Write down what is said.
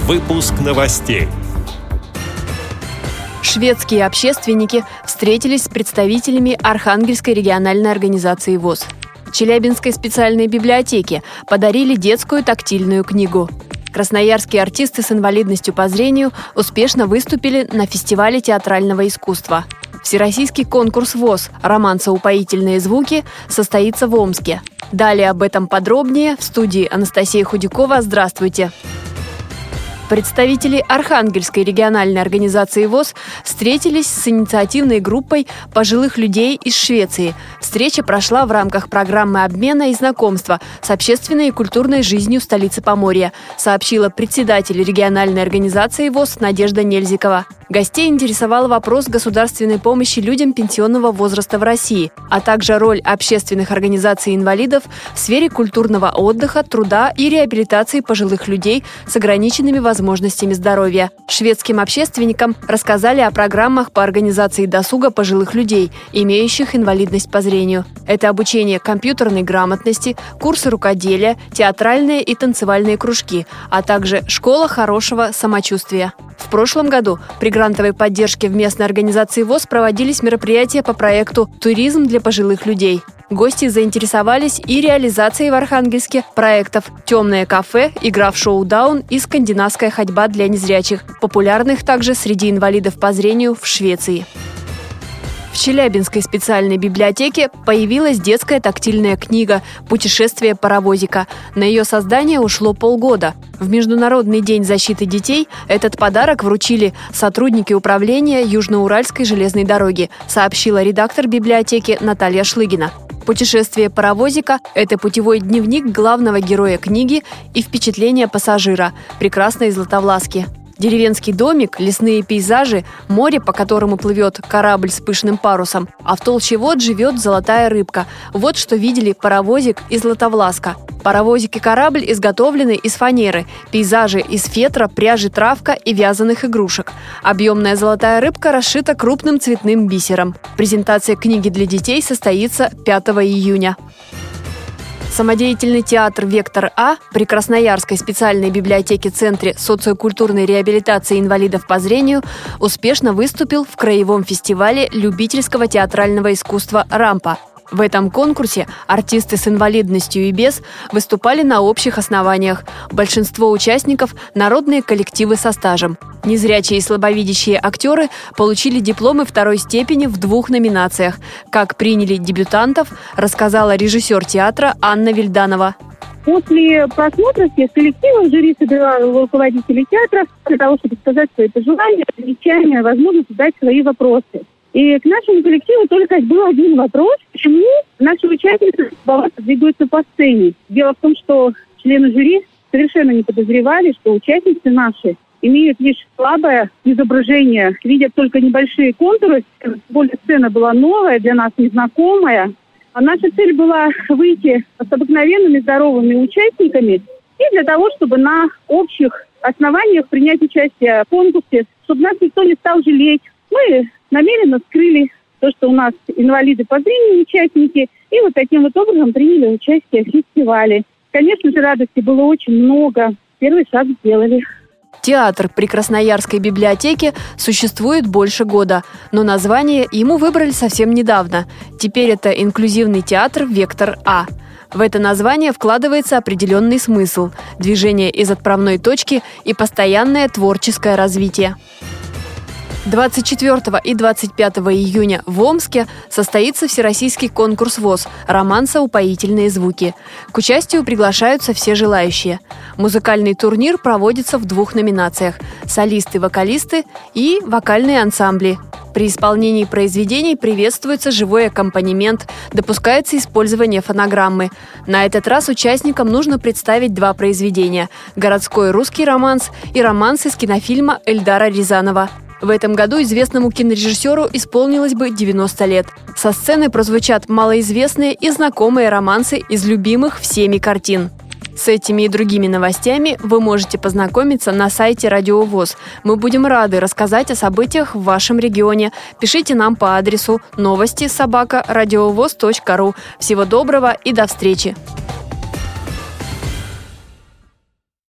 Выпуск новостей. Шведские общественники встретились с представителями Архангельской региональной организации ВОС. Челябинской специальной библиотеке подарили детскую тактильную книгу. Красноярские артисты с инвалидностью по зрению успешно выступили на фестивале театрального искусства. Всероссийский конкурс ВОС «Романсо-упоительные звуки» состоится в Омске. Далее об этом подробнее в студии Анастасия Худякова. Здравствуйте! Представители Архангельской региональной организации ВОС встретились с инициативной группой пожилых людей из Швеции. Встреча прошла в рамках программы обмена и знакомства с общественной и культурной жизнью столицы Поморья, сообщила председатель региональной организации ВОС Надежда Нельзикова. Гостей интересовал вопрос государственной помощи людям пенсионного возраста в России, а также роль общественных организаций инвалидов в сфере культурного отдыха, труда и реабилитации пожилых людей с ограниченными возможностями здоровья. Шведским общественникам рассказали о программах по организации досуга пожилых людей, имеющих инвалидность по зрению. Это обучение компьютерной грамотности, курсы рукоделия, театральные и танцевальные кружки, а также школа хорошего самочувствия. В прошлом году при грантовой поддержке в местной организации ВОС проводились мероприятия по проекту «Туризм для пожилых людей». Гости заинтересовались и реализацией в Архангельске проектов «Темное кафе», игра в шоу-даун и скандинавская ходьба для незрячих, популярных также среди инвалидов по зрению в Швеции. В Челябинской специальной библиотеке появилась детская тактильная книга «Путешествие паровозика». На ее создание ушло полгода. В Международный день защиты детей этот подарок вручили сотрудники управления Южноуральской железной дороги, сообщила редактор библиотеки Наталья Шлыгина. «Путешествие паровозика» – это путевой дневник главного героя книги и впечатления пассажира, прекрасной Златовласки. Деревенский домик, лесные пейзажи, море, по которому плывет корабль с пышным парусом, а в толще вод живет золотая рыбка. Вот что видели паровозик и Златовласка. Паровозик и корабль изготовлены из фанеры, пейзажи из фетра, пряжи травка и вязаных игрушек. Объемная золотая рыбка расшита крупным цветным бисером. Презентация книги для детей состоится 5 июня. Самодеятельный театр «Вектор А» при Красноярской специальной библиотеке-центре социокультурной реабилитации инвалидов по зрению успешно выступил в краевом фестивале любительского театрального искусства «Рампа». В этом конкурсе артисты с инвалидностью и без выступали на общих основаниях. Большинство участников – народные коллективы со стажем. Незрячие и слабовидящие актеры получили дипломы второй степени в 2 номинациях. Как приняли дебютантов, рассказала режиссер театра Анна Вильданова. После просмотра всех коллективов жюри собирало руководителей театра для того, чтобы сказать свои пожелания, замечания, возможность задать свои вопросы. И к нашему коллективу только был один вопрос. Почему наши участницы двигаются по сцене? Дело в том, что члены жюри совершенно не подозревали, что участницы наши имеют лишь слабое изображение, видят только небольшие контуры. Тем более сцена была новая, для нас незнакомая. А наша цель была выйти с обыкновенными здоровыми участниками и для того, чтобы на общих основаниях принять участие в конкурсе, чтобы нас никто не стал жалеть. Мы намеренно скрыли то, что у нас инвалиды по зрению участники, и вот таким вот образом приняли участие в фестивале. Конечно же, радости было очень много. Первый шаг сделали. Театр при Красноярской библиотеке существует больше года, но название ему выбрали совсем недавно. Теперь это инклюзивный театр «Вектор А». В это название вкладывается определенный смысл – движение из отправной точки и постоянное творческое развитие. 24 и 25 июня в Омске состоится всероссийский конкурс ВОС «Романсо-упоительные звуки». К участию приглашаются все желающие. Музыкальный турнир проводится в 2 номинациях – солисты-вокалисты и вокальные ансамбли. При исполнении произведений приветствуется живой аккомпанемент, допускается использование фонограммы. На этот раз участникам нужно представить 2 произведения – «Городской русский романс» и романс из кинофильма Эльдара Рязанова. В этом году известному кинорежиссеру исполнилось бы 90 лет. Со сцены прозвучат малоизвестные и знакомые романсы из любимых всеми картин. С этими и другими новостями вы можете познакомиться на сайте Радио ВОС. Мы будем рады рассказать о событиях в вашем регионе. Пишите нам по адресу новости@радиовоз.ру. Всего доброго и до встречи!